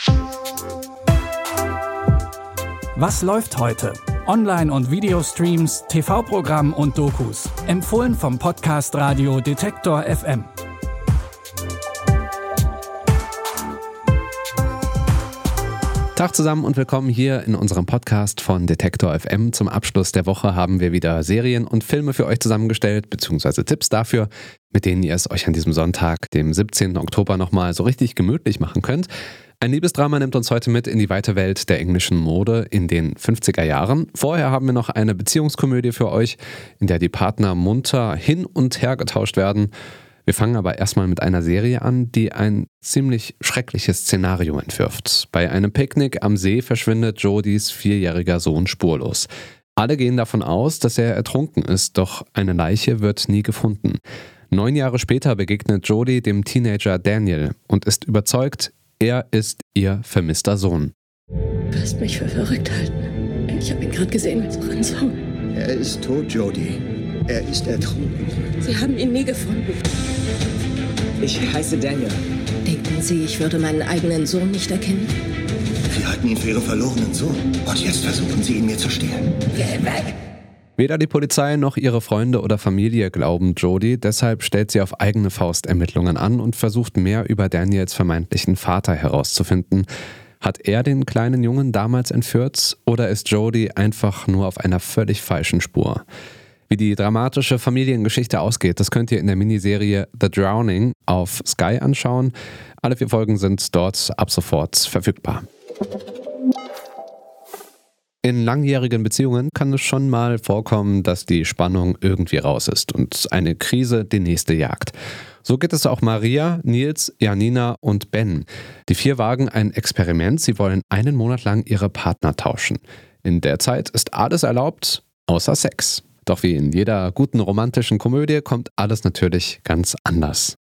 Was läuft heute? Online- und Videostreams, TV-Programm und Dokus. Empfohlen vom Podcast Radio Detektor FM. Tag zusammen und willkommen hier in unserem Podcast von Detektor FM. Zum Abschluss der Woche haben wir wieder Serien und Filme für euch zusammengestellt, beziehungsweise Tipps dafür, mit denen ihr es euch an diesem Sonntag, dem 17. Oktober, nochmal so richtig gemütlich machen könnt. Ein Liebesdrama nimmt uns heute mit in die weite Welt der englischen Mode in den 50er Jahren. Vorher haben wir noch eine Beziehungskomödie für euch, in der die Partner munter hin und her getauscht werden. Wir fangen aber erstmal mit einer Serie an, die ein ziemlich schreckliches Szenario entwirft. Bei einem Picknick am See verschwindet Jodys 4-jähriger Sohn spurlos. Alle gehen davon aus, dass er ertrunken ist, doch eine Leiche wird nie gefunden. 9 Jahre später begegnet Jody dem Teenager Daniel und ist überzeugt, er ist ihr vermisster Sohn. Du wirst mich für verrückt halten. Ich habe ihn gerade gesehen mit unseren Sohn. Er ist tot, Jody. Er ist ertrunken. Sie haben ihn nie gefunden. Ich heiße Daniel. Denken Sie, ich würde meinen eigenen Sohn nicht erkennen? Sie halten ihn für Ihren verlorenen Sohn. Und jetzt versuchen Sie, ihn mir zu stehlen. Geh weg! Weder die Polizei noch ihre Freunde oder Familie glauben Jody, deshalb stellt sie auf eigene Faust Ermittlungen an und versucht mehr über Daniels vermeintlichen Vater herauszufinden. Hat er den kleinen Jungen damals entführt oder ist Jody einfach nur auf einer völlig falschen Spur? Wie die dramatische Familiengeschichte ausgeht, das könnt ihr in der Miniserie The Drowning auf Sky anschauen. Alle 4 Folgen sind dort ab sofort verfügbar. In langjährigen Beziehungen kann es schon mal vorkommen, dass die Spannung irgendwie raus ist und eine Krise die nächste jagt. So geht es auch Maria, Nils, Janina und Ben. Die 4 wagen ein Experiment. Sie wollen einen Monat lang ihre Partner tauschen. In der Zeit ist alles erlaubt, außer Sex. Doch wie in jeder guten romantischen Komödie kommt alles natürlich ganz anders.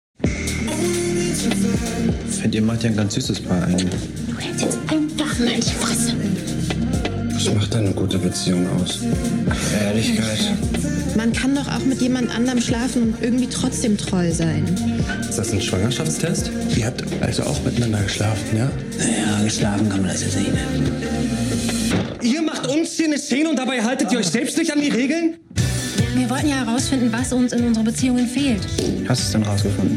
Ich finde, ihr macht ja ein ganz süßes Paar ein. Du hältst jetzt einfach mal die Fresse. Was macht eine gute Beziehung aus? Ehrlichkeit. Man kann doch auch mit jemand anderem schlafen und irgendwie trotzdem treu sein. Ist das ein Schwangerschaftstest? Ihr habt also auch miteinander geschlafen, ja? Naja, geschlafen kann man das jetzt nicht nennen. Ihr macht uns hier eine Szene und dabei haltet ihr euch selbst nicht an die Regeln? Wir wollten ja herausfinden, was uns in unseren Beziehungen fehlt. Hast du es denn rausgefunden?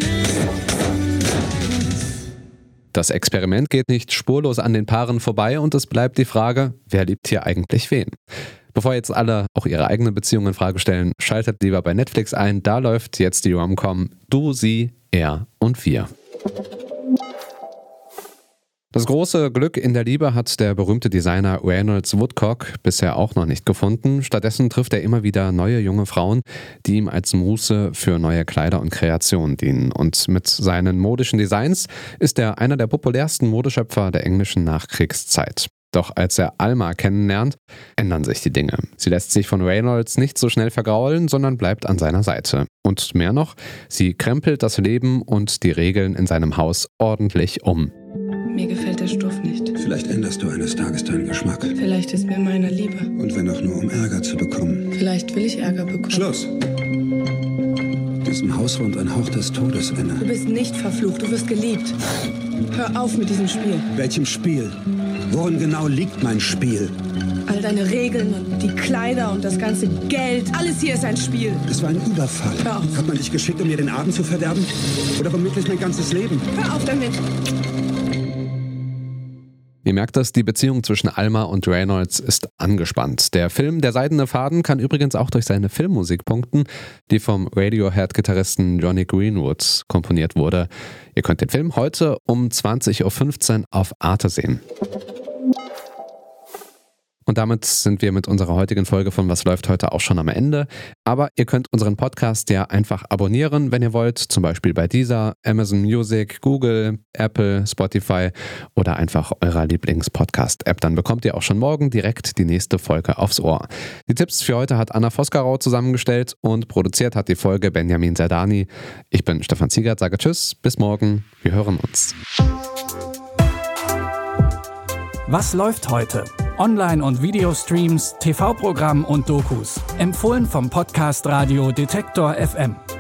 Das Experiment geht nicht spurlos an den Paaren vorbei und es bleibt die Frage, wer liebt hier eigentlich wen? Bevor jetzt alle auch ihre eigene Beziehung in Frage stellen, schaltet lieber bei Netflix ein, da läuft jetzt die Rom-Com Du, sie, er und wir. Das große Glück in der Liebe hat der berühmte Designer Reynolds Woodcock bisher auch noch nicht gefunden. Stattdessen trifft er immer wieder neue junge Frauen, die ihm als Muße für neue Kleider und Kreationen dienen. Und mit seinen modischen Designs ist er einer der populärsten Modeschöpfer der englischen Nachkriegszeit. Doch als er Alma kennenlernt, ändern sich die Dinge. Sie lässt sich von Reynolds nicht so schnell vergraulen, sondern bleibt an seiner Seite. Und mehr noch, sie krempelt das Leben und die Regeln in seinem Haus ordentlich um. Mir gefällt der Stoff nicht. Vielleicht änderst du eines Tages deinen Geschmack. Vielleicht ist mir meiner Liebe. Und wenn auch nur, um Ärger zu bekommen. Vielleicht will ich Ärger bekommen. Schluss! Diesem Haus wohnt ein Hauch des Todes inne. Du bist nicht verflucht, du wirst geliebt. Hör auf mit diesem Spiel. Welchem Spiel? Worin genau liegt mein Spiel? All deine Regeln und die Kleider und das ganze Geld. Alles hier ist ein Spiel. Es war ein Überfall. Hör auf. Hat man dich geschickt, um mir den Abend zu verderben? Oder womöglich mein ganzes Leben? Hör auf damit. Ihr merkt das, die Beziehung zwischen Alma und Reynolds ist angespannt. Der Film Der seidene Faden kann übrigens auch durch seine Filmmusik punkten, die vom Radiohead-Gitarristen Jonny Greenwood komponiert wurde. Ihr könnt den Film heute um 20.15 Uhr auf Arte sehen. Und damit sind wir mit unserer heutigen Folge von Was läuft heute auch schon am Ende. Aber ihr könnt unseren Podcast ja einfach abonnieren, wenn ihr wollt. Zum Beispiel bei Deezer, Amazon Music, Google, Apple, Spotify oder einfach eurer Lieblings-Podcast-App. Dann bekommt ihr auch schon morgen direkt die nächste Folge aufs Ohr. Die Tipps für heute hat Anna Vosgerau zusammengestellt und produziert hat die Folge Benjamin Zerdani. Ich bin Stefan Ziegert, sage Tschüss, bis morgen. Wir hören uns. Was läuft heute? Online- und Videostreams, TV-Programm und Dokus. Empfohlen vom Podcast Radio Detektor FM.